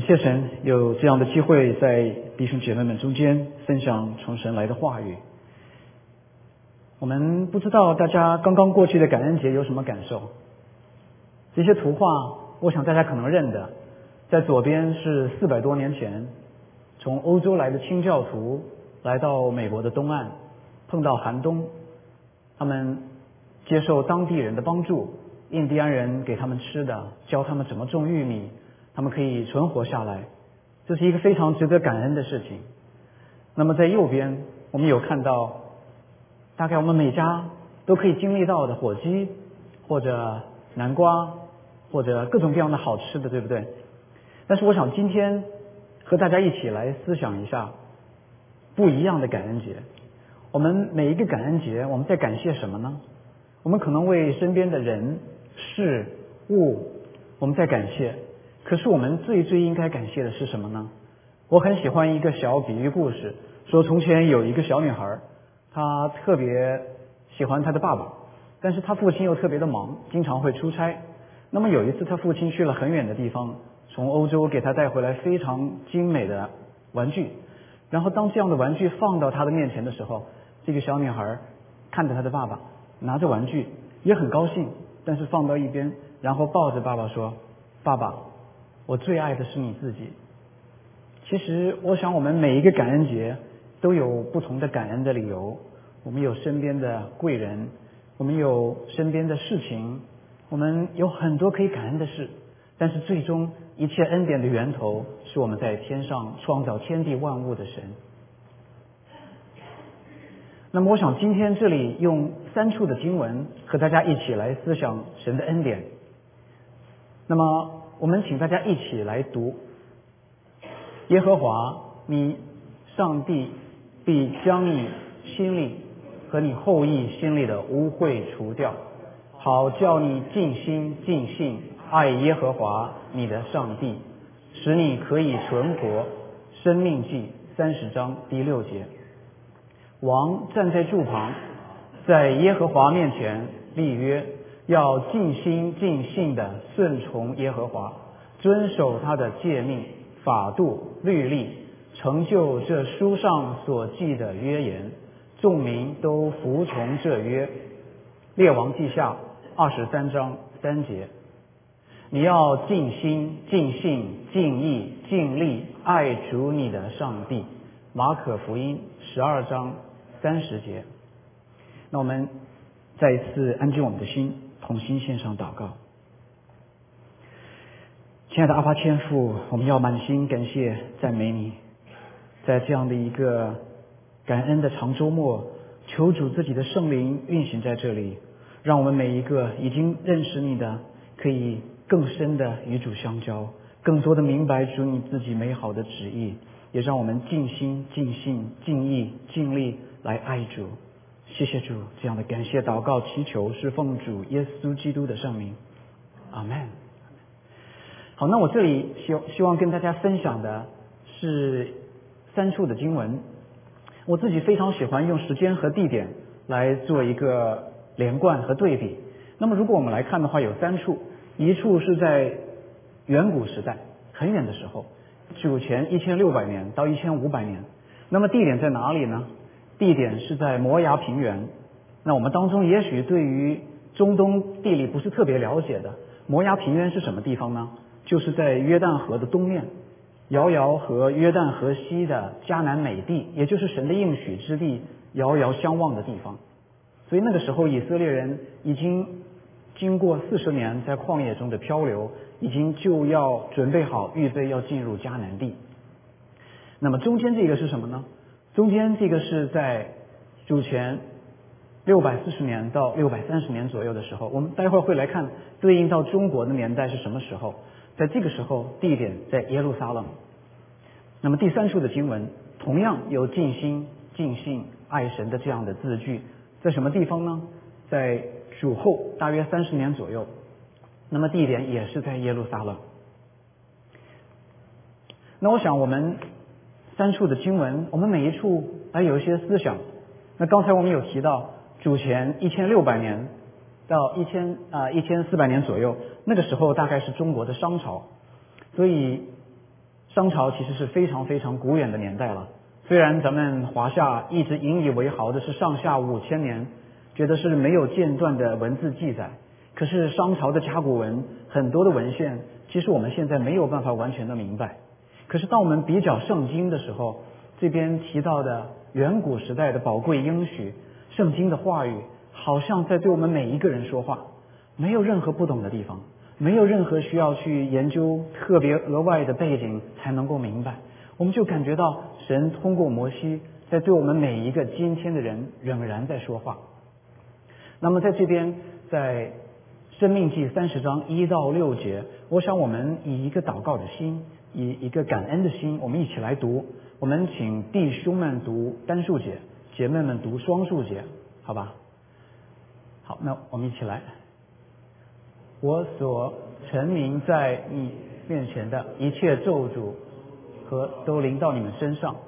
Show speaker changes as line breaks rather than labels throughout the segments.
谢神有这样的机会在弟兄姐妹们中间分享从神来的话语。我们不知道大家刚刚过去的感恩节有什么感受？这些图画我想大家可能认得，在左边是400多年前从欧洲来的清教徒来到美国的东岸，碰到寒冬，他们接受当地人的帮助，印第安人给他们吃的，教他们怎么种玉米，他们可以存活下来，这是一个非常值得感恩的事情。那么在右边我们有看到大概我们每家都可以经历到的火鸡或者南瓜或者各种各样的好吃的，对不对？但是我想今天和大家一起来思想一下不一样的感恩节。我们每一个感恩节我们在感谢什么呢？我们可能为身边的人事物我们在感谢，可是我们最应该感谢的是什么呢？我很喜欢一个小比喻故事，说从前有一个小女孩，她特别喜欢她的爸爸，但是她父亲又特别的忙，经常会出差。那么有一次她父亲去了很远的地方，从欧洲给她带回来非常精美的玩具，然后当这样的玩具放到她的面前的时候，这个小女孩看着她的爸爸拿着玩具也很高兴，但是放到一边，然后抱着爸爸说，爸爸，我最爱的是你自己。其实我想我们每一个感恩节都有不同的感恩的理由，我们有身边的贵人，我们有身边的事情，我们有很多可以感恩的事，但是最终一切恩典的源头是我们在天上创造天地万物的神。那么我想今天这里用3处的经文和大家一起来思想神的恩典。那么我们请大家一起来读，耶和华你上帝必将你心里和你后裔心里的污秽除掉，好叫你尽心尽性爱耶和华你的上帝，使你可以存活。申命记30章第6节。王站在柱旁，在耶和华面前立约，要尽心尽性的顺从耶和华，遵守他的诫命法度律例，成就这书上所记的约言，众民都服从这约。列王记下23章3节。你要尽心尽性尽意尽力爱主你的上帝。马可福音12章30节。那我们再一次安静我们的心，同心献上祷告。亲爱的阿爸天父，我们要满心感谢赞美你，在这样的一个感恩的长周末，求主自己的圣灵运行在这里，让我们每一个已经认识你的可以更深的与主相交，更多的明白主你自己美好的旨意，也让我们尽心尽性尽意尽力来爱主。谢谢主，这样的感谢祷告祈求是奉主耶稣基督的圣名，阿们。好，那我这里希望跟大家分享的是3处的经文。我自己非常喜欢用时间和地点来做一个连贯和对比。那么如果我们来看的话，有3处，一处是在远古时代很远的时候，主前1600年到1500年。那么地点在哪里呢？地点是在摩崖平原。那我们当中也许对于中东地理不是特别了解的，摩崖平原是什么地方呢？就是在约旦河的东面，遥遥和约旦河西的迦南美地，也就是神的应许之地，遥遥相望的地方。所以那个时候以色列人已经经过40年在旷野中的漂流，已经就要准备好预备要进入迦南地。那么中间这个是什么呢？中间这个是在主前640年到630年左右的时候，我们待会儿会来看对应到中国的年代是什么时候。在这个时候地点在耶路撒冷。那么第3处的经文同样有尽心尽性爱神的这样的字句，在什么地方呢？在主后大约30年左右。那么地点也是在耶路撒冷。那我想我们3处的经文，我们每一处来有一些思想。那刚才我们有提到主前1600年到1400年左右，那个时候大概是中国的商朝，所以商朝其实是非常非常古远的年代了。虽然咱们华夏一直引以为豪的是上下5000年，觉得是没有间断的文字记载，可是商朝的甲骨文很多的文献，其实我们现在没有办法完全的明白。可是当我们比较圣经的时候，这边提到的远古时代的宝贵应许，圣经的话语好像在对我们每一个人说话，没有任何不懂的地方，没有任何需要去研究特别额外的背景才能够明白。我们就感觉到神通过摩西在对我们每一个今天的人仍然在说话。那么在这边，在申命记30章1到6节，我想我们以一个祷告的心，以一个感恩的心，我们一起来读。我们请弟兄们读单数节，姐妹们读双数节，好吧？好，那我们一起来。我所陈明在你面前的一切咒诅和都临到你们身上，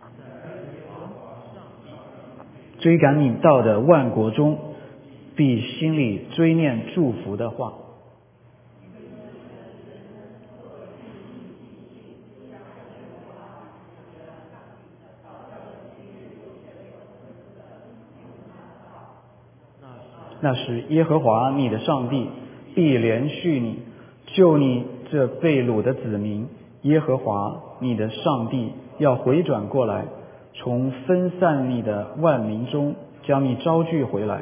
追赶你到的万国中，必心里追念祝福的话。那时耶和华你的上帝必连续你，救你这被掳的子民。耶和华你的上帝要回转过来，从分散你的万民中将你招聚回来。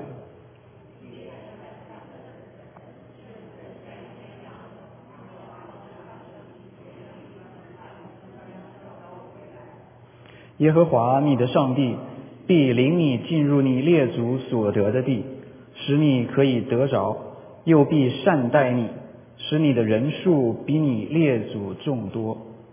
耶和华你的上帝必领你进入你列祖所得的地，使你可以得着，又必善待你，使你的人数比你列祖众多。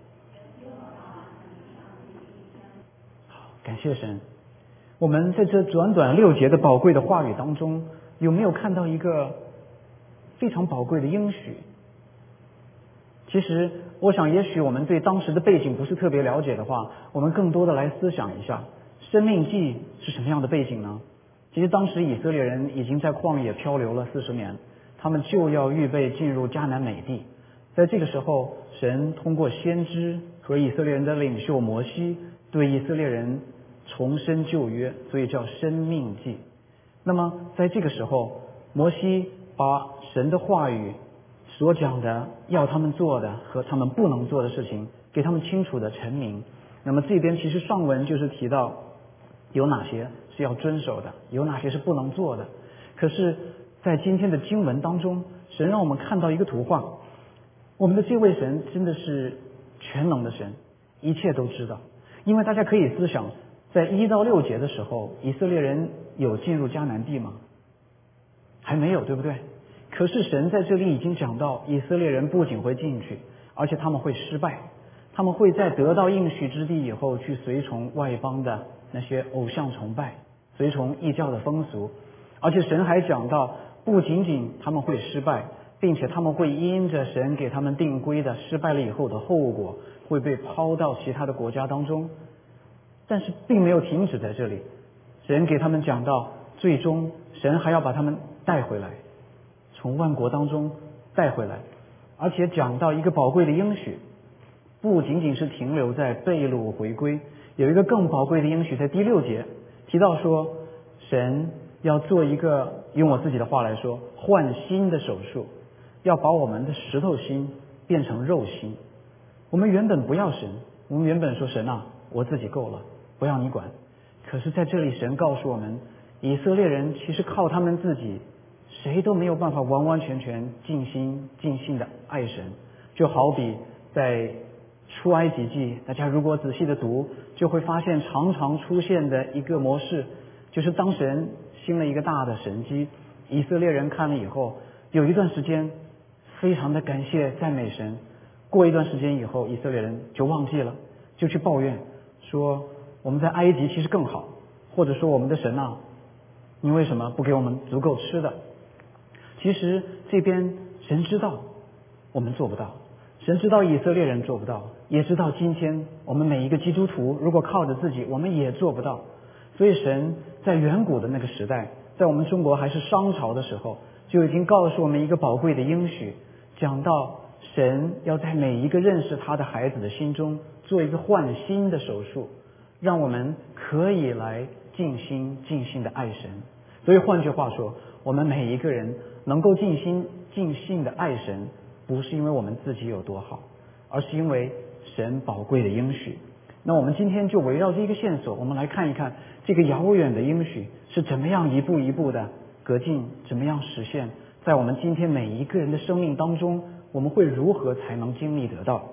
好，感谢神。我们在这短短6节的宝贵的话语当中，有没有看到一个非常宝贵的应许？其实我想也许我们对当时的背景不是特别了解的话，我们更多的来思想一下申命记是什么样的背景呢？其实当时以色列人已经在旷野漂流了40年，他们就要预备进入迦南美地。在这个时候，神通过先知和以色列人的领袖摩西对以色列人重申旧约，所以叫申命记。那么在这个时候，摩西把神的话语所讲的要他们做的和他们不能做的事情给他们清楚的陈明。那么这边其实上文就是提到有哪些是要遵守的，有哪些是不能做的。可是在今天的经文当中，神让我们看到一个图画，我们的这位神真的是全能的神，一切都知道。因为大家可以思想，在1到6节的时候，以色列人有进入迦南地吗？还没有，对不对？可是神在这里已经讲到，以色列人不仅会进去，而且他们会失败，他们会在得到应许之地以后去随从外邦的那些偶像崇拜，随从异教的风俗。而且神还讲到，不仅仅他们会失败，并且他们会因着神给他们定规的失败了以后的后果，会被抛到其他的国家当中。但是并没有停止在这里，神给他们讲到，最终神还要把他们带回来，从万国当中带回来。而且讲到一个宝贵的应许，不仅仅是停留在被掳回归，有一个更宝贵的应许在第6节提到说，神要做一个，用我自己的话来说，换心的手术，要把我们的石头心变成肉心。我们原本不要神，我们原本说神啊，我自己够了，不要你管。可是在这里神告诉我们，以色列人其实靠他们自己谁都没有办法完完全全尽心尽性的爱神。就好比在出埃及记，大家如果仔细的读，就会发现常常出现的一个模式，就是当神兴了一个大的神迹，以色列人看了以后，有一段时间非常的感谢赞美神，过一段时间以后，以色列人就忘记了，就去抱怨说我们在埃及其实更好，或者说我们的神啊，你为什么不给我们足够吃的？其实这边神知道我们做不到，神知道以色列人做不到，也知道今天我们每一个基督徒如果靠着自己，我们也做不到。所以神在远古的那个时代，在我们中国还是商朝的时候，就已经告诉我们一个宝贵的应许，讲到神要在每一个认识他的孩子的心中做一个换心的手术，让我们可以来尽心尽性的爱神。所以换句话说，我们每一个人能够尽心尽性的爱神，不是因为我们自己有多好，而是因为神宝贵的应许。那我们今天就围绕这一个线索，我们来看一看这个遥远的应许是怎么样一步一步的隔进，怎么样实现在我们今天每一个人的生命当中，我们会如何才能经历得到。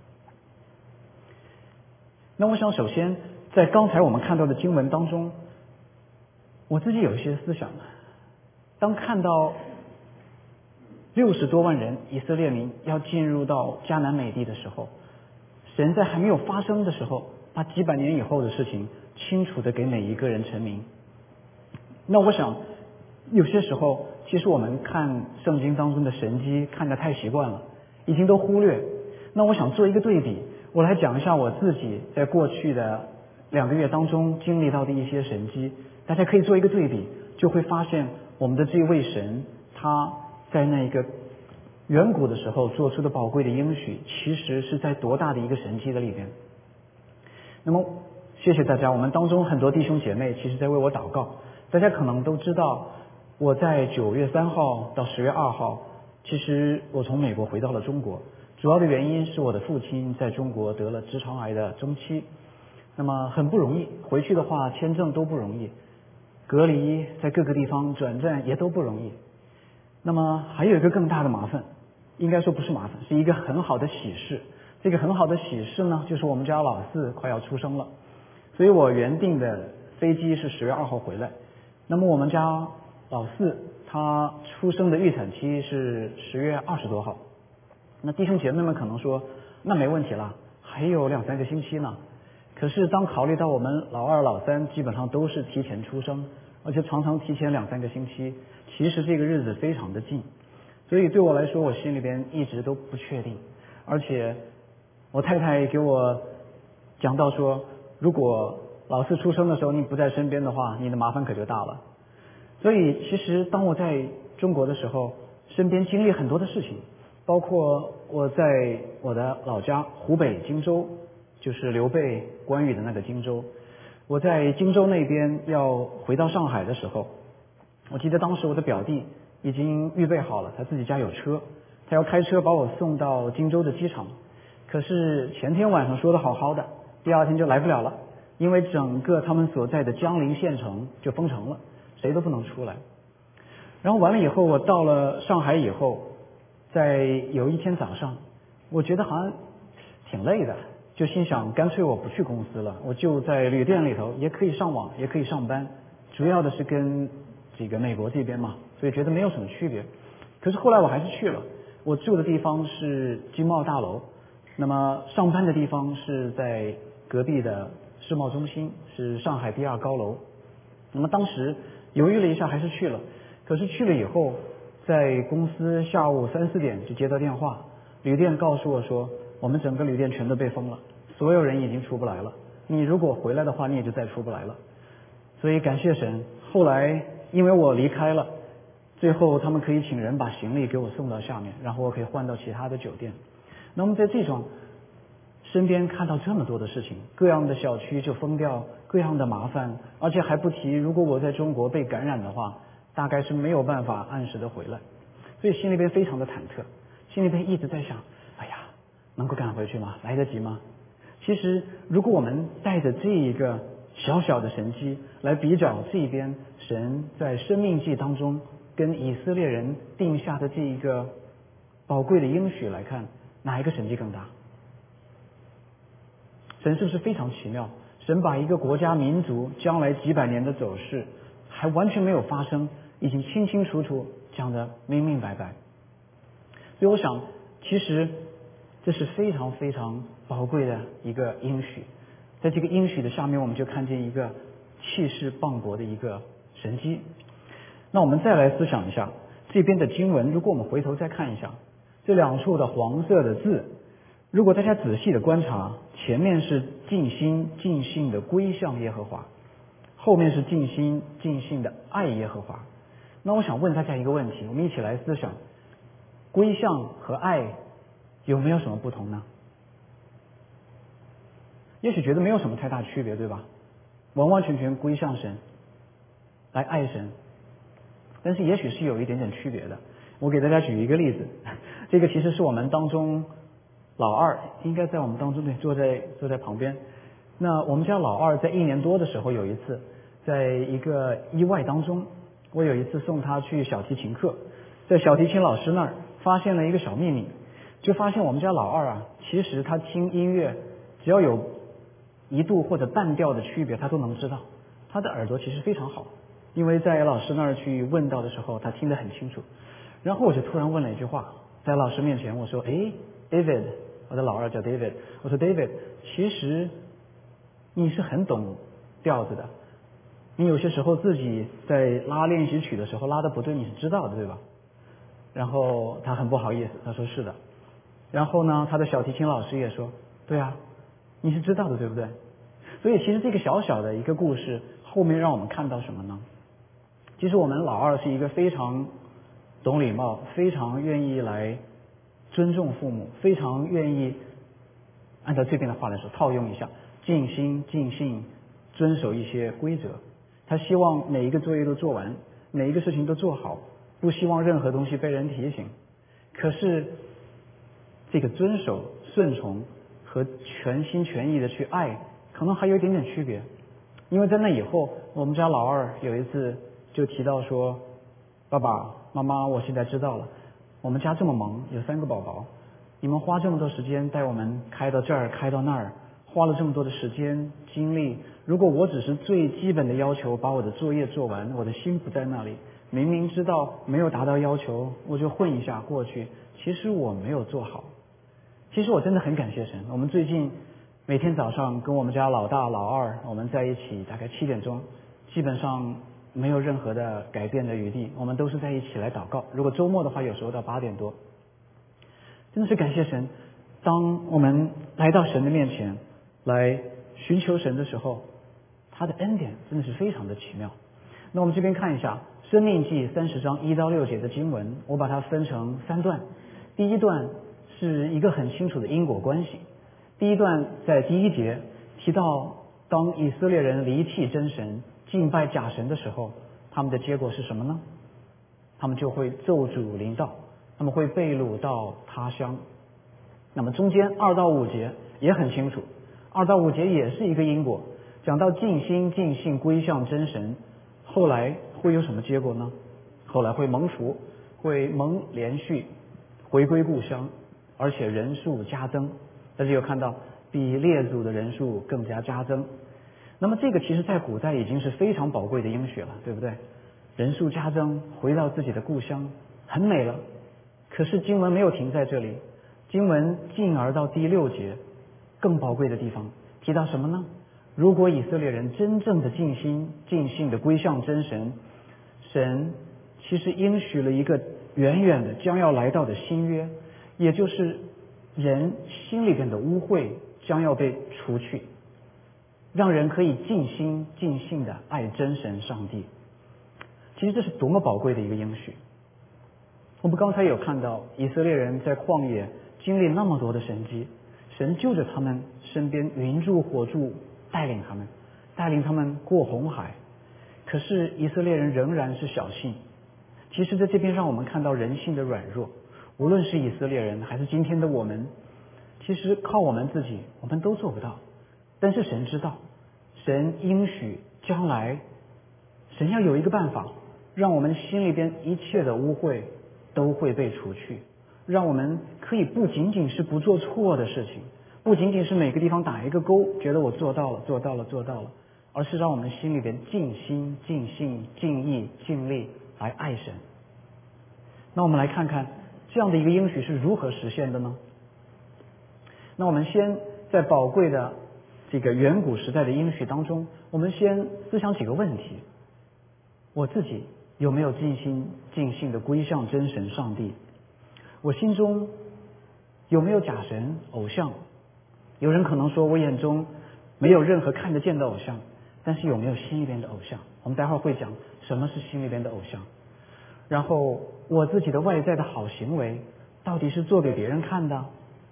那我想首先在刚才我们看到的经文当中，我自己有一些思想。当看到60多万人以色列民要进入到迦南美地的时候，神在还没有发生的时候，把几百年以后的事情清楚的给每一个人陈明。那我想有些时候其实我们看圣经当中的神迹看得太习惯了，已经都忽略。那我想做一个对比，我来讲一下我自己在过去的2个月当中经历到的一些神迹，大家可以做一个对比，就会发现我们的这位神他在那个远古的时候做出的宝贵的应许，其实是在多大的一个神迹的里边。那么谢谢大家，我们当中很多弟兄姐妹其实在为我祷告。大家可能都知道，我在9月3号到10月2号，其实我从美国回到了中国，主要的原因是我的父亲在中国得了直肠癌的中期，那么很不容易，回去的话签证都不容易，隔离在各个地方转战也都不容易。那么还有一个更大的麻烦，应该说不是麻烦，是一个很好的喜事。这个很好的喜事呢，就是我们家老四快要出生了，所以我原定的飞机是10月2号回来。那么我们家老四他出生的预产期是10月20多号。那弟兄姐妹们可能说，那没问题啦，还有2-3个星期呢。可是当考虑到我们老二老三基本上都是提前出生，而且常常提前2-3个星期，其实这个日子非常的近，所以对我来说我心里边一直都不确定。而且我太太给我讲到说，如果老四出生的时候你不在身边的话，你的麻烦可就大了。所以其实当我在中国的时候，身边经历很多的事情，包括我在我的老家湖北荆州，就是刘备关羽的那个荆州。我在荆州那边要回到上海的时候，我记得当时我的表弟已经预备好了，他自己家有车，他要开车把我送到荆州的机场。可是前天晚上说的好好的，第2天就来不了了，因为整个他们所在的江陵县城就封城了，谁都不能出来。然后完了以后，我到了上海以后，在有一天早上，我觉得好像挺累的，就心想干脆我不去公司了，我就在旅店里头，也可以上网也可以上班，主要的是跟这个美国这边嘛，所以觉得没有什么区别。可是后来我还是去了，我住的地方是经贸大楼，那么上班的地方是在隔壁的世贸中心，是上海第2高楼。那么当时犹豫了一下还是去了，可是去了以后，在公司下午3-4点就接到电话，旅店告诉我说我们整个旅店全都被封了，所有人已经出不来了，你如果回来的话你也就再出不来了。所以感谢神，后来因为我离开了，最后他们可以请人把行李给我送到下面，然后我可以换到其他的酒店。那么在这种身边看到这么多的事情，各样的小区就封掉，各样的麻烦，而且还不提如果我在中国被感染的话，大概是没有办法按时的回来，所以心里边非常的忐忑，心里边一直在想，哎呀，能够赶回去吗？来得及吗？其实如果我们带着这一个小小的神迹来比较这边神在生命记当中跟以色列人定下的这一个宝贵的应许来看，哪一个神迹更大？神是不是非常奇妙？神把一个国家民族将来几百年的走势还完全没有发生，已经清清楚楚讲得明明白白。所以我想其实这是非常非常宝贵的一个应许，在这个应许的下面我们就看见一个气势磅礴的一个神迹。那我们再来思想一下这边的经文，如果我们回头再看一下这2处的黄色的字，如果大家仔细的观察，前面是尽心尽性的归向耶和华，后面是尽心尽性的爱耶和华。那我想问大家一个问题，我们一起来思想，归向和爱有没有什么不同呢？也许觉得没有什么太大区别，对吧？完完全全归向神，来爱神，但是也许是有一点点区别的。我给大家举一个例子，这个其实是我们当中老二，应该在我们当中，对，坐在旁边。那我们家老二在1年多的时候，有一次在一个意外当中，我有一次送他去小提琴课，在小提琴老师那儿发现了一个小秘密，就发现我们家老二啊，其实他听音乐只要有1度或者半调的区别，他都能知道。他的耳朵其实非常好，因为在老师那儿去问到的时候，他听得很清楚。然后我就突然问了一句话，在老师面前我说：“哎 ，David， 我的老二叫 David， 我说 David， 其实你是很懂调子的，你有些时候自己在拉练习曲的时候拉的不对，你是知道的，对吧？”然后他很不好意思，他说是的。然后呢，他的小提琴老师也说：“对啊，你是知道的，对不对？”所以其实这个小小的一个故事后面让我们看到什么呢？其实我们老二是一个非常懂礼貌，非常愿意来尊重父母，非常愿意按照这边的话来说套用一下，尽心尽性遵守一些规则。他希望每一个作业都做完，每一个事情都做好，不希望任何东西被人提醒。可是这个遵守顺从和全心全意的去爱可能还有一点点区别。因为在那以后，我们家老二有一次就提到说：“爸爸妈妈，我现在知道了，我们家这么忙，有3个宝宝，你们花这么多时间带我们开到这儿开到那儿，花了这么多的时间精力，如果我只是最基本的要求把我的作业做完，我的心不在那里，明明知道没有达到要求我就混一下过去，其实我没有做好。”其实我真的很感谢神，我们最近每天早上跟我们家老大老二我们在一起，大概7点钟，基本上没有任何的改变的余地，我们都是在一起来祷告，如果周末的话有时候到8点多。真的是感谢神，当我们来到神的面前来寻求神的时候，他的恩典真的是非常的奇妙。那我们这边看一下申命记30章1到6节的经文，我把它分成3段。第一段是一个很清楚的因果关系。第一段在第1节提到，当以色列人离弃真神敬拜假神的时候，他们的结果是什么呢？他们就会咒诅临到，他们会被掳到他乡。那么中间2到5节也很清楚，2到5节也是一个因果，讲到尽心尽性归向真神，后来会有什么结果呢？后来会蒙福，会蒙连续，回归故乡，而且人数加增。大家有看到比列祖的人数更加加增。那么这个其实在古代已经是非常宝贵的应许了，对不对？人数加增，回到自己的故乡，很美了。可是经文没有停在这里，经文进而到第6节更宝贵的地方，提到什么呢？如果以色列人真正的尽心尽性的归向真神，神其实应许了一个远远的将要来到的新约，也就是人心里边的污秽将要被除去，让人可以尽心尽性的爱真神上帝。其实这是多么宝贵的一个应许。我们刚才有看到以色列人在旷野经历那么多的神迹，神就着他们身边云柱火柱带领他们过红海。可是以色列人仍然是小信。其实在这边让我们看到人性的软弱，无论是以色列人还是今天的我们，其实靠我们自己我们都做不到。但是神知道，神应许将来神要有一个办法，让我们心里边一切的污秽都会被除去，让我们可以不仅仅是不做错的事情，不仅仅是每个地方打一个勾，觉得我做到了，而是让我们心里边尽心尽性尽意尽力来爱神。那我们来看看这样的一个应许是如何实现的呢？那我们先在宝贵的这个远古时代的应许当中，我们先思想几个问题。我自己有没有尽心尽性的归向真神上帝？我心中有没有假神偶像？有人可能说我眼中没有任何看得见的偶像，但是有没有心里边的偶像？我们待会儿会讲什么是心里边的偶像。然后我自己的外在的好行为到底是做给别人看的，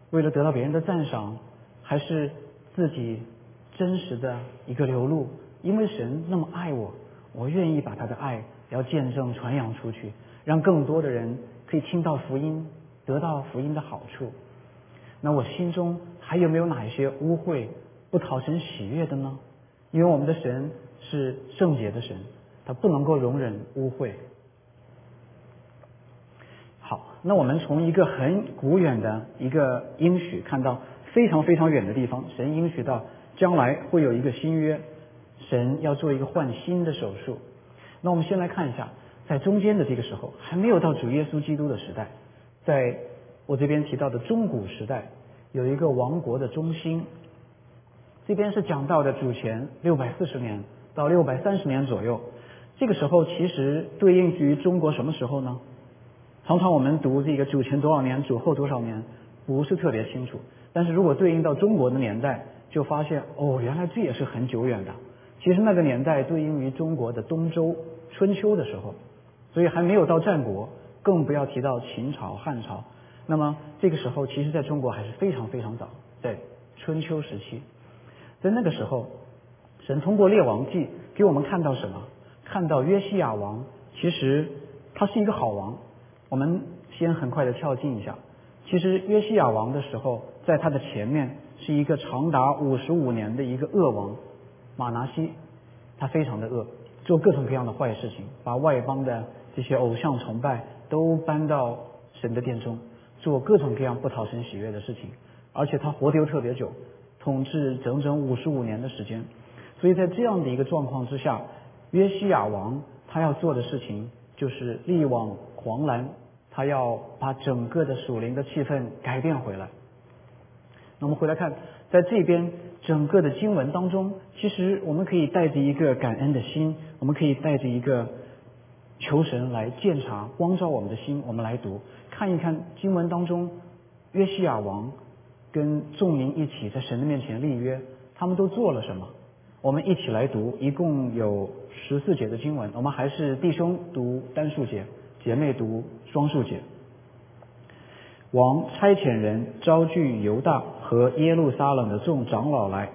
为了得到别人的赞赏，还是自己真实的一个流露？因为神那么爱我，我愿意把他的爱要见证传扬出去，让更多的人可以听到福音，得到福音的好处。那我心中还有没有哪一些污秽不讨神喜悦的呢？因为我们的神是圣洁的神，他不能够容忍污秽。好，那我们从一个很古远的一个应许看到非常非常远的地方，神应许到将来会有一个新约，神要做一个换新的手术。那我们先来看一下，在中间的这个时候，还没有到主耶稣基督的时代，在我这边提到的中古时代，有一个王国的中心。这边是讲到的主前640年到630年左右，这个时候其实对应于中国什么时候呢？常常我们读这个主前多少年，主后多少年，不是特别清楚。但是如果对应到中国的年代，就发现原来这也是很久远的。其实那个年代对应于中国的东周春秋的时候，所以还没有到战国，更不要提到秦朝、汉朝。那么这个时候，其实在中国还是非常非常早，在春秋时期。在那个时候，神通过列王记给我们看到什么？看到约西亚王，其实他是一个好王。我们先很快的跳进一下，其实约西亚王的时候，在他的前面是一个长达55年的一个恶王马拿西，他非常的恶，做各种各样的坏事情，把外邦的这些偶像崇拜都搬到神的殿中，做各种各样不讨神喜悦的事情，而且他活得又特别久，统治整整55年的时间。所以在这样的一个状况之下，约西亚王他要做的事情就是力挽狂澜，他要把整个的属灵的气氛改变回来。那我们回来看，在这边整个的经文当中，其实我们可以带着一个感恩的心，我们可以带着一个求神来鉴察光照我们的心，我们来读看一看经文当中约西亚王跟众民一起在神的面前立约，他们都做了什么？我们一起来读，一共有14节的经文，我们还是弟兄读单数节，姐妹读双数节。王差遣人招聚犹大和耶路撒冷的众长老来，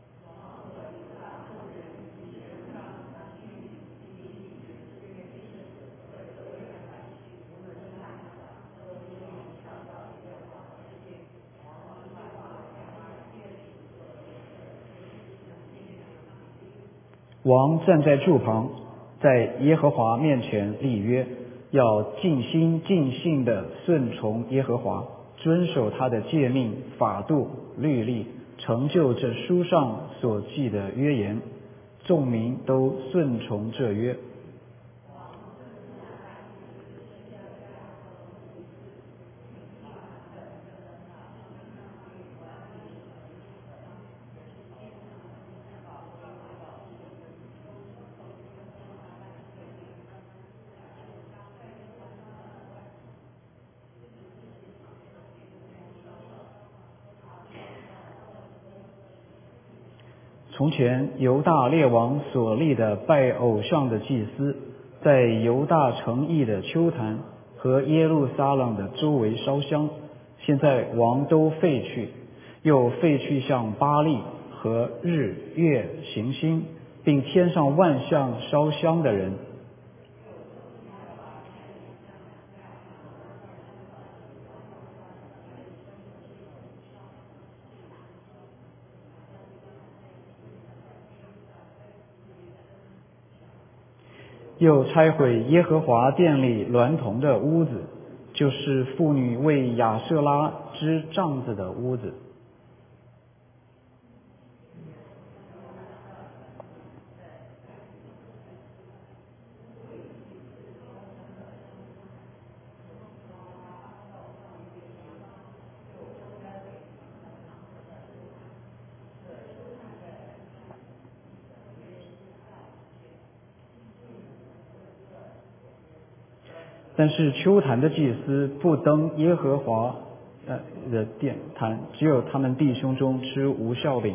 王站在柱旁，在耶和华面前立约，要尽心尽性地顺从耶和华，遵守他的诫命、法度、律例，成就这书上所记的约言。众民都顺从这约。从前犹大列王所立的拜偶像的祭司，在犹大城邑的丘坛和耶路撒冷的周围烧香，现在王都废去，又废去向巴力和日月行星并天上万象烧香的人。又拆毁耶和华殿里娈童的屋子，就是妇女为亚舍拉织帐子的屋子。但是丘坛的祭司不登耶和华的殿坛，只有他们弟兄中吃无酵饼。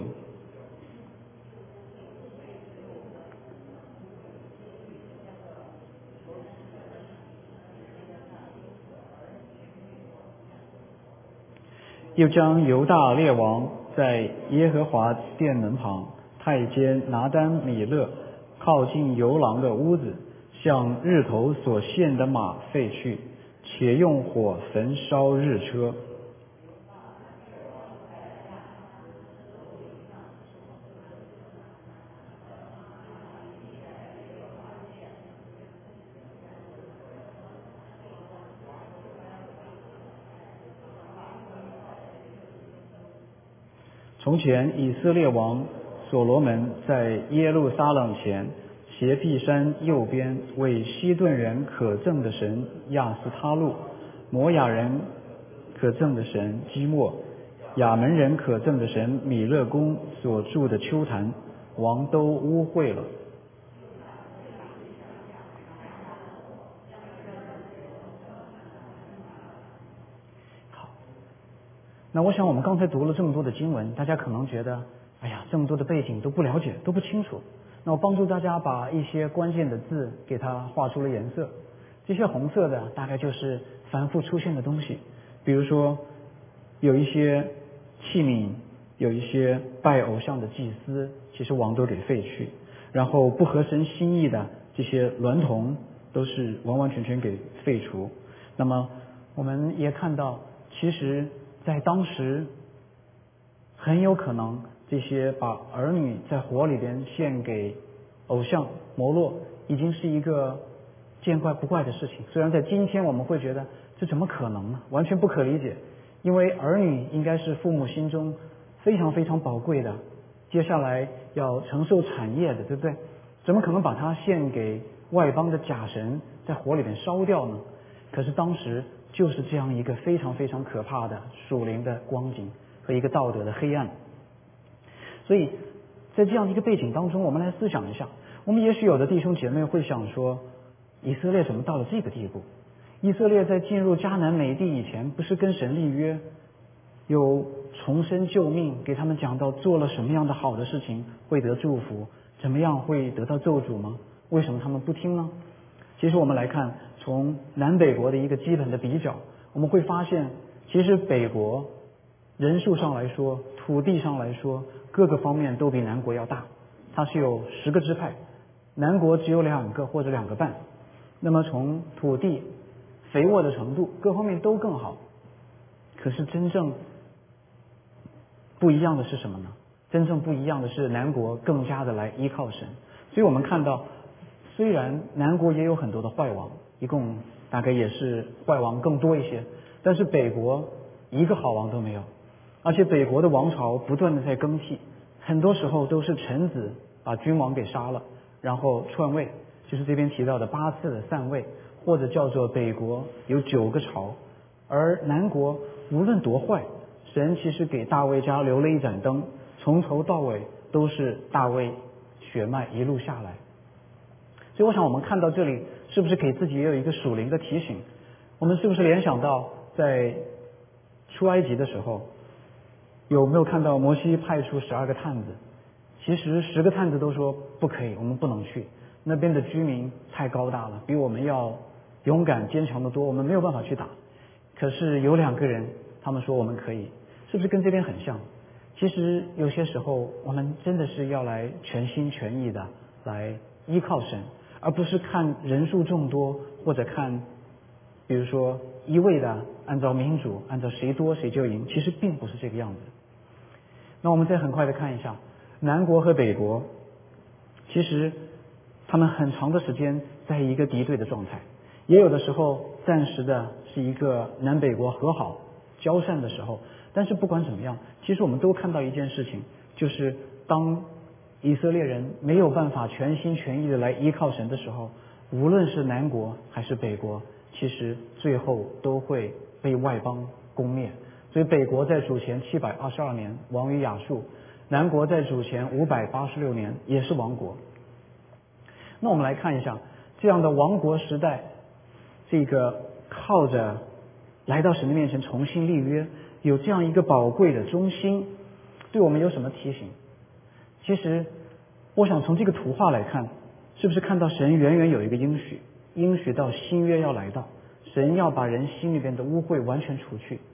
又将犹大列王在耶和华殿门旁太监拿单米勒靠近游廊的屋子，向日头所献的马废去，且用火焚烧日车。从前以色列王所罗门在耶路撒冷前斜壁山右边为西顿人可憎的神亚斯他路、摩亚人可憎的神基莫、亚门人可憎的神米勒公所住的丘坛，王都污秽了。那我想我们刚才读了这么多的经文，大家可能觉得哎呀，这么多的背景都不了解，都不清楚。那我帮助大家把一些关键的字给它画出了颜色。这些红色的大概就是反复出现的东西，比如说有一些器皿，有一些拜偶像的祭司，其实王都给废去，然后不合神心意的这些娈童都是完完全全给废除。那么我们也看到，其实在当时很有可能这些把儿女在火里边献给偶像摩洛已经是一个见怪不怪的事情。虽然在今天我们会觉得这怎么可能呢，完全不可理解，因为儿女应该是父母心中非常非常宝贵的，接下来要承受产业的，对不对？怎么可能把它献给外邦的假神在火里边烧掉呢？可是当时就是这样一个非常非常可怕的属灵的光景和一个道德的黑暗。所以在这样的一个背景当中，我们来思想一下，我们也许有的弟兄姐妹会想说，以色列怎么到了这个地步？以色列在进入迦南美地以前，不是跟神立约，有重生救命，给他们讲到做了什么样的好的事情会得祝福，怎么样会得到咒诅吗？为什么他们不听呢？其实我们来看，从南北国的一个基本的比较，我们会发现，其实北国人数上来说，土地上来说，各个方面都比南国要大。它是有10个支派，南国只有2个或者2个半。那么从土地肥沃的程度，各方面都更好。可是真正不一样的是什么呢？真正不一样的是南国更加的来依靠神。所以我们看到，虽然南国也有很多的坏王，一共大概也是坏王更多一些，但是北国一个好王都没有，而且北国的王朝不断的在更替，很多时候都是臣子把君王给杀了，然后篡位，就是这边提到的8次的散位，或者叫做北国有9个朝。而南国无论多坏，神其实给大卫家留了一盏灯，从头到尾都是大卫血脉一路下来。所以我想我们看到这里，是不是给自己也有一个属灵的提醒？我们是不是联想到在出埃及的时候，有没有看到摩西派出12个探子？其实10个探子都说不可以，我们不能去，那边的居民太高大了，比我们要勇敢坚强的多，我们没有办法去打。可是有2个人，他们说我们可以，是不是跟这边很像？其实有些时候我们真的是要来全心全意的来依靠神，而不是看人数众多，或者看比如说一味的按照民主，按照谁多谁就赢，其实并不是这个样子。那我们再很快的看一下南国和北国，其实他们很长的时间在一个敌对的状态，也有的时候暂时的是一个南北国和好交善的时候。但是不管怎么样，其实我们都看到一件事情，就是当以色列人没有办法全心全意的来依靠神的时候，无论是南国还是北国，其实最后都会被外邦攻灭。所以北国在主前722年亡于亚述，南国在主前586年也是亡国。那我们来看一下这样的亡国时代，这个靠着来到神的面前重新立约，有这样一个宝贵的中心，对我们有什么提醒？其实我想从这个图画来看，是不是看到神远远有一个应许到新约要来到，神要把人心里边的污秽完全除去。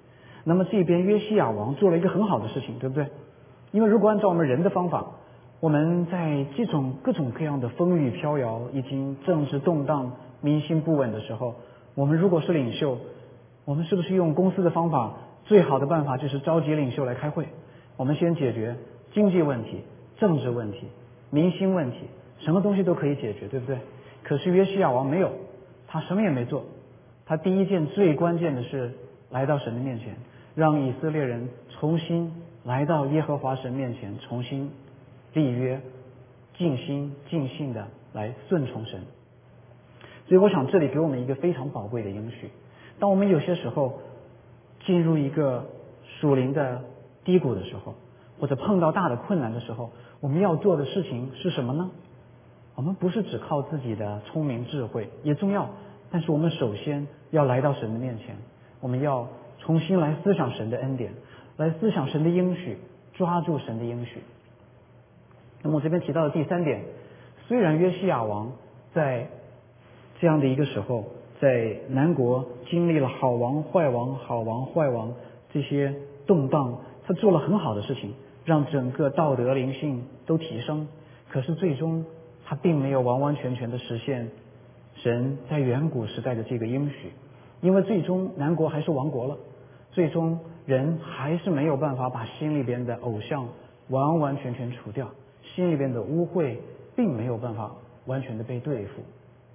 那么这边约西亚王做了一个很好的事情，对不对？因为如果按照我们人的方法，我们在这种各种各样的风雨飘摇，已经政治动荡、民心不稳的时候，我们如果是领袖，我们是不是用公司的方法，最好的办法就是召集领袖来开会，我们先解决经济问题、政治问题、民心问题，什么东西都可以解决，对不对？可是约西亚王没有，他什么也没做，他第一件最关键的是来到神的面前，让以色列人重新来到耶和华神面前，重新立约，尽心尽性的来顺从神。所以我想这里给我们一个非常宝贵的应许，当我们有些时候进入一个属灵的低谷的时候，或者碰到大的困难的时候，我们要做的事情是什么呢？我们不是只靠自己的聪明智慧，也重要，但是我们首先要来到神的面前，我们要重新来思想神的恩典，来思想神的应许，抓住神的应许。那么我这边提到的第三点，虽然约西亚王在这样的一个时候，在南国经历了好王坏王、好王坏王这些动荡，他做了很好的事情，让整个道德灵性都提升，可是最终他并没有完完全全的实现神在远古时代的这个应许，因为最终南国还是亡国了，最终人还是没有办法把心里边的偶像完完全全除掉，心里边的污秽并没有办法完全的被对付。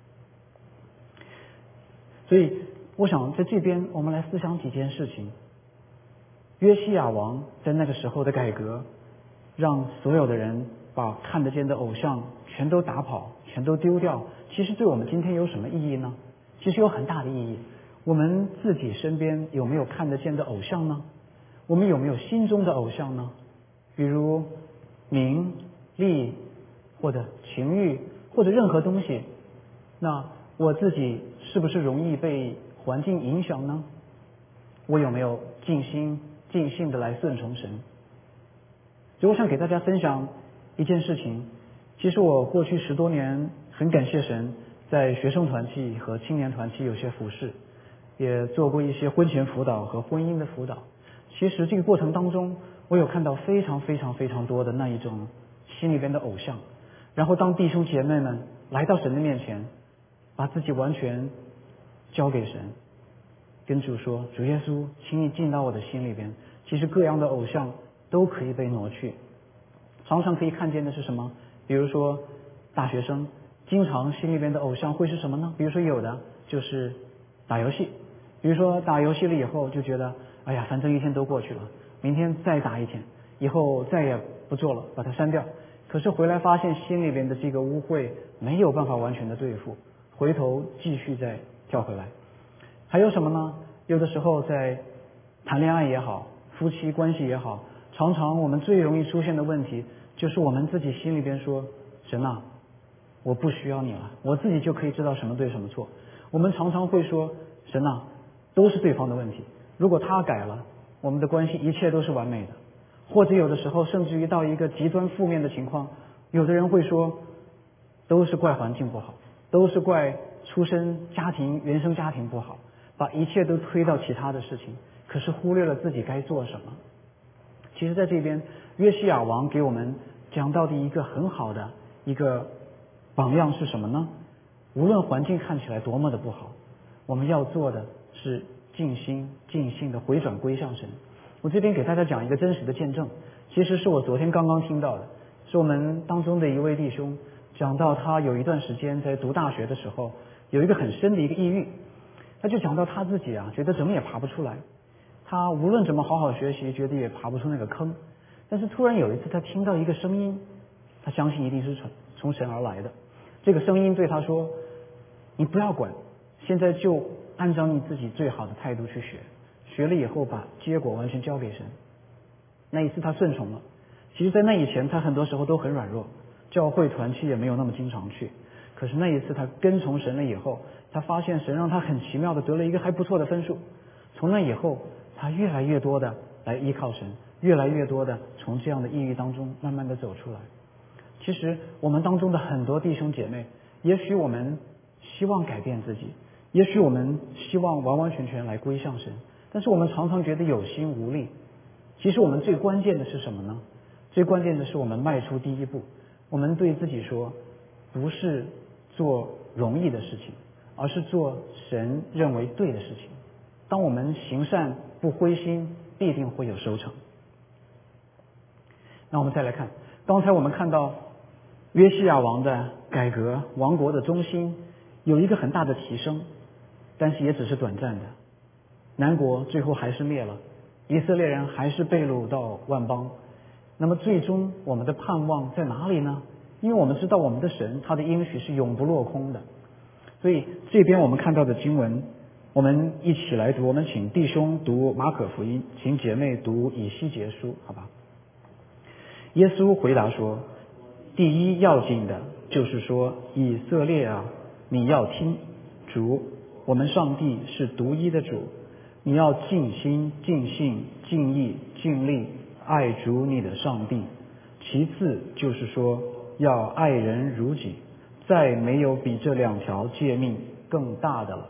所以我想在这边我们来思想几件事情。约西亚王在那个时候的改革，让所有的人把看得见的偶像全都打跑，全都丢掉，其实对我们今天有什么意义呢？其实有很大的意义。我们自己身边有没有看得见的偶像呢？我们有没有心中的偶像呢？比如名利或者情欲或者任何东西，那我自己是不是容易被环境影响呢？我有没有尽心尽性的来顺从神？所以我想给大家分享一件事情。其实我过去10多年很感谢神，在学生团契和青年团契有些服侍，也做过一些婚前辅导和婚姻的辅导。其实这个过程当中，我有看到非常非常非常多的那一种心里边的偶像，然后当弟兄姐妹们来到神的面前，把自己完全交给神，跟主说，主耶稣，请你进到我的心里边。其实各样的偶像都可以被挪去。常常可以看见的是什么？比如说大学生经常心里边的偶像会是什么呢？比如说有的就是打游戏，比如说打游戏了以后就觉得，哎呀，反正一天都过去了，明天再打一天，以后再也不做了，把它删掉。可是回来发现心里边的这个污秽没有办法完全的对付，回头继续再跳回来。还有什么呢？有的时候在谈恋爱也好，夫妻关系也好，常常我们最容易出现的问题就是我们自己心里边说，神啊，我不需要你了，我自己就可以知道什么对什么错。我们常常会说，神啊，都是对方的问题，如果他改了，我们的关系一切都是完美的。或者有的时候甚至于到一个极端负面的情况，有的人会说，都是怪环境不好，都是怪出身家庭原生家庭不好，把一切都推到其他的事情，可是忽略了自己该做什么。其实在这边约西亚王给我们讲到的一个很好的一个榜样是什么呢？无论环境看起来多么的不好，我们要做的是尽心尽性的回转归向神。我这边给大家讲一个真实的见证，其实是我昨天刚刚听到的，是我们当中的一位弟兄讲到他有一段时间在读大学的时候有一个很深的一个抑郁，他就讲到他自己啊，觉得怎么也爬不出来，他无论怎么好好学习，觉得也爬不出那个坑。但是突然有一次他听到一个声音，他相信一定是从神而来的。这个声音对他说，你不要管，现在就按照你自己最好的态度去学，学了以后把结果完全交给神。那一次他顺从了。其实在那以前他很多时候都很软弱，教会团契也没有那么经常去，可是那一次他跟从神了以后，他发现神让他很奇妙的得了一个还不错的分数。从那以后他越来越多的来依靠神，越来越多的从这样的抑郁当中慢慢的走出来。其实我们当中的很多弟兄姐妹，也许我们希望改变自己，也许我们希望完完全全来归向神， 但是我们常常觉得有心无力。其实我们最关键的是什么呢？最关键的是我们迈出第一步，我们对自己说，不是做容易的事情，而是做神认为对的事情。当我们行善不灰心，必定会有收成。那我们再来看，刚才我们看到约西亚王的改革，王国的中心有一个很大的提升，但是也只是短暂的。南国最后还是灭了，以色列人还是被掳到万邦。那么最终我们的盼望在哪里呢？因为我们知道我们的神，他的应许是永不落空的。所以这边我们看到的经文，我们一起来读。我们请弟兄读马可福音，请姐妹读以西结书，好吧？耶稣回答说，第一要紧的就是说，以色列啊，你要听，主我们上帝是独一的主，你要尽心尽性尽意尽力爱主你的上帝。其次就是说，要爱人如己，再没有比这2条诫命更大的了。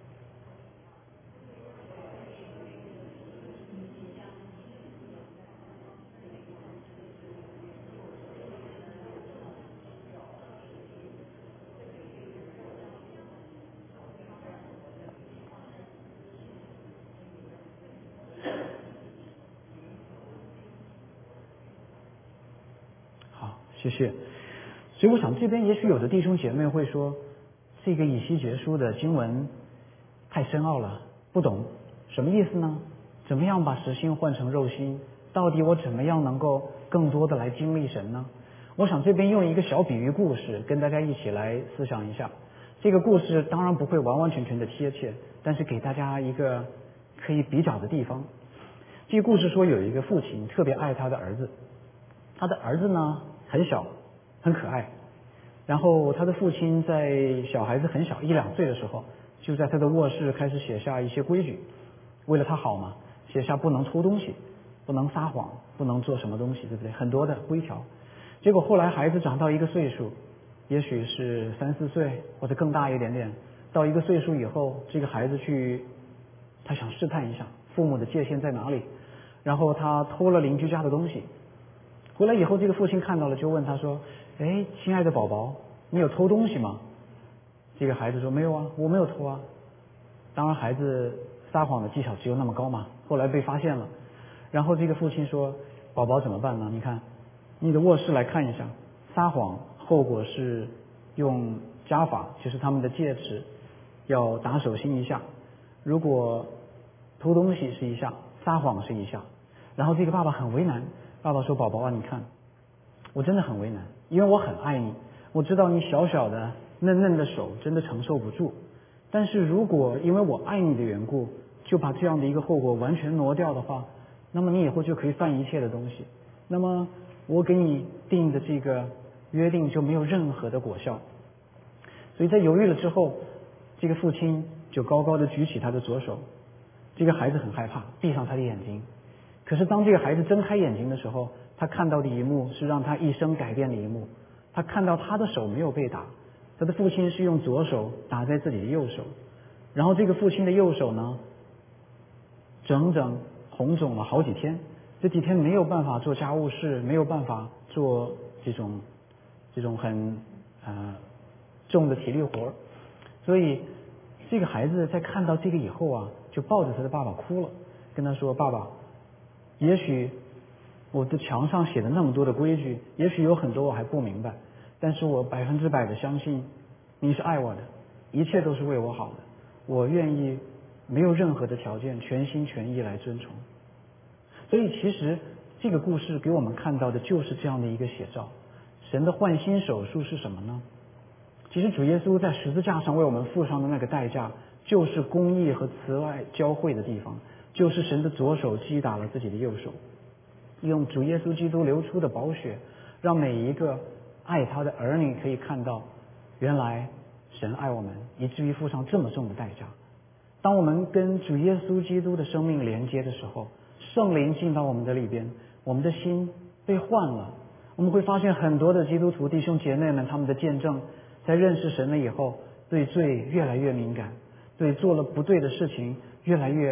谢谢。所以我想这边也许有的弟兄姐妹会说，这个以西结书的经文太深奥了，不懂什么意思呢？怎么样把实心换成肉心？到底我怎么样能够更多的来经历神呢？我想这边用一个小比喻故事跟大家一起来思想一下。这个故事当然不会完完全全的贴切，但是给大家一个可以比较的地方。这个故事说有一个父亲特别爱他的儿子，他的儿子呢很小很可爱，然后他的父亲在小孩子很小1-2岁的时候，就在他的卧室开始写下一些规矩，为了他好嘛，写下不能偷东西，不能撒谎，不能做什么东西，对不对？很多的规条。结果后来孩子长到一个岁数，也许是3-4岁或者更大一点点，到一个岁数以后，这个孩子他想试探一下父母的界限在哪里，然后他偷了邻居家的东西，回来以后这个父亲看到了，就问他说，哎，亲爱的宝宝，你有偷东西吗？这个孩子说，没有啊，我没有偷啊。当然孩子撒谎的技巧只有那么高嘛，后来被发现了。然后这个父亲说，宝宝怎么办呢？你看你的卧室来看一下，撒谎后果是用家法，就是他们的戒尺，要打手心1下，如果偷东西是1下，撒谎是1下。然后这个爸爸很为难，爸爸说，宝宝啊，你看我真的很为难，因为我很爱你，我知道你小小的嫩嫩的手真的承受不住，但是如果因为我爱你的缘故，就把这样的一个后果完全挪掉的话，那么你以后就可以犯一切的东西，那么我给你定的这个约定就没有任何的果效。所以在犹豫了之后，这个父亲就高高的举起他的左手，这个孩子很害怕，闭上他的眼睛。可是当这个孩子睁开眼睛的时候，他看到的一幕是让他一生改变的一幕。他看到他的手没有被打，他的父亲是用左手打在自己的右手，然后这个父亲的右手呢，整整红肿了好几天，这几天没有办法做家务事，没有办法做这种很重的体力活，所以这个孩子在看到这个以后啊，就抱着他的爸爸哭了，跟他说，爸爸，也许我的墙上写的那么多的规矩，也许有很多我还不明白，但是我100%的相信你是爱我的，一切都是为我好的，我愿意没有任何的条件，全心全意来遵从。所以其实这个故事给我们看到的就是这样的一个写照。神的换心手术是什么呢？其实主耶稣在十字架上为我们付上的那个代价，就是公义和慈爱交汇的地方，就是神的左手击打了自己的右手，用主耶稣基督流出的宝血，让每一个爱他的儿女可以看到，原来神爱我们，以至于付上这么重的代价。当我们跟主耶稣基督的生命连接的时候，圣灵进到我们的里边，我们的心被换了。我们会发现很多的基督徒弟兄姐妹们，他们的见证，在认识神了以后，对罪越来越敏感，对做了不对的事情越来越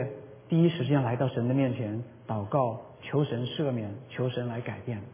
第一时间来到神的面前祷告，求神赦免，求神来改变。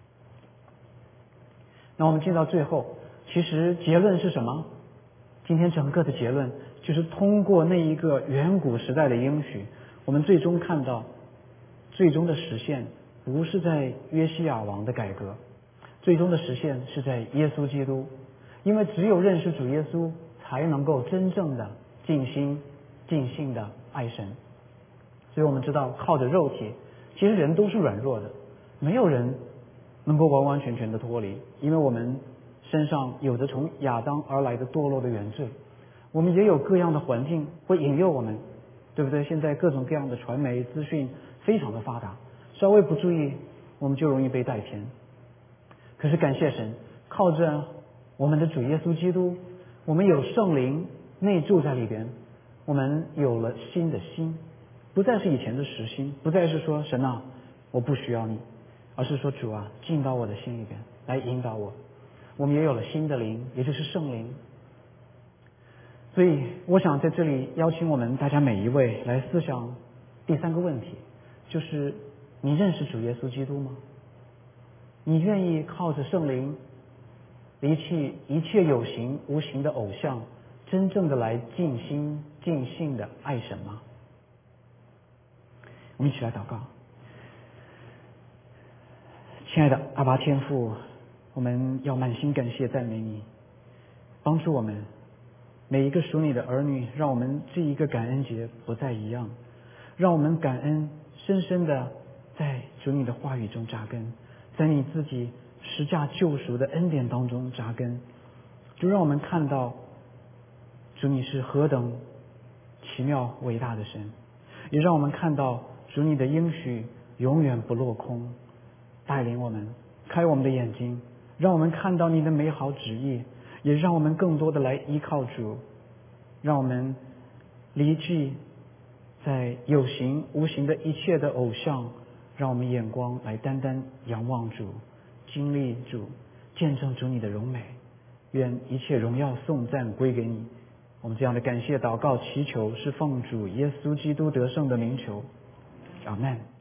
那我们进到最后，其实结论是什么？今天整个的结论就是通过那一个远古时代的应许，我们最终看到最终的实现不是在约西亚王的改革，最终的实现是在耶稣基督。因为只有认识主耶稣，才能够真正的尽心尽性的爱神。所以我们知道靠着肉体，其实人都是软弱的，没有人能够完完全全的脱离，因为我们身上有着从亚当而来的堕落的原罪，我们也有各样的环境会引诱我们，对不对？现在各种各样的传媒资讯非常的发达，稍微不注意我们就容易被带偏。可是感谢神，靠着我们的主耶稣基督，我们有圣灵内住在里边，我们有了新的心，不再是以前的实心，不再是说神啊我不需要你，而是说主啊进到我的心里边来引导我。我们也有了新的灵，也就是圣灵。所以我想在这里邀请我们大家每一位来思想第三个问题，就是你认识主耶稣基督吗？你愿意靠着圣灵离弃一切有形无形的偶像，真正的来尽心尽性的爱神吗？我们一起来祷告。亲爱的阿爸天父，我们要满心感谢赞美你，帮助我们每一个属你的儿女，让我们这一个感恩节不再一样，让我们感恩深深的在主你的话语中扎根，在你自己十架救赎的恩典当中扎根，就让我们看到主你是何等奇妙伟大的神，也让我们看到主你的应许永远不落空，带领我们开我们的眼睛，让我们看到你的美好旨意，也让我们更多的来依靠主，让我们离弃在有形无形的一切的偶像，让我们眼光来单单仰望主，经历主，见证主你的荣美。愿一切荣耀颂赞归给你。我们这样的感谢祷告祈求是奉主耶稣基督得胜的名求，阿们。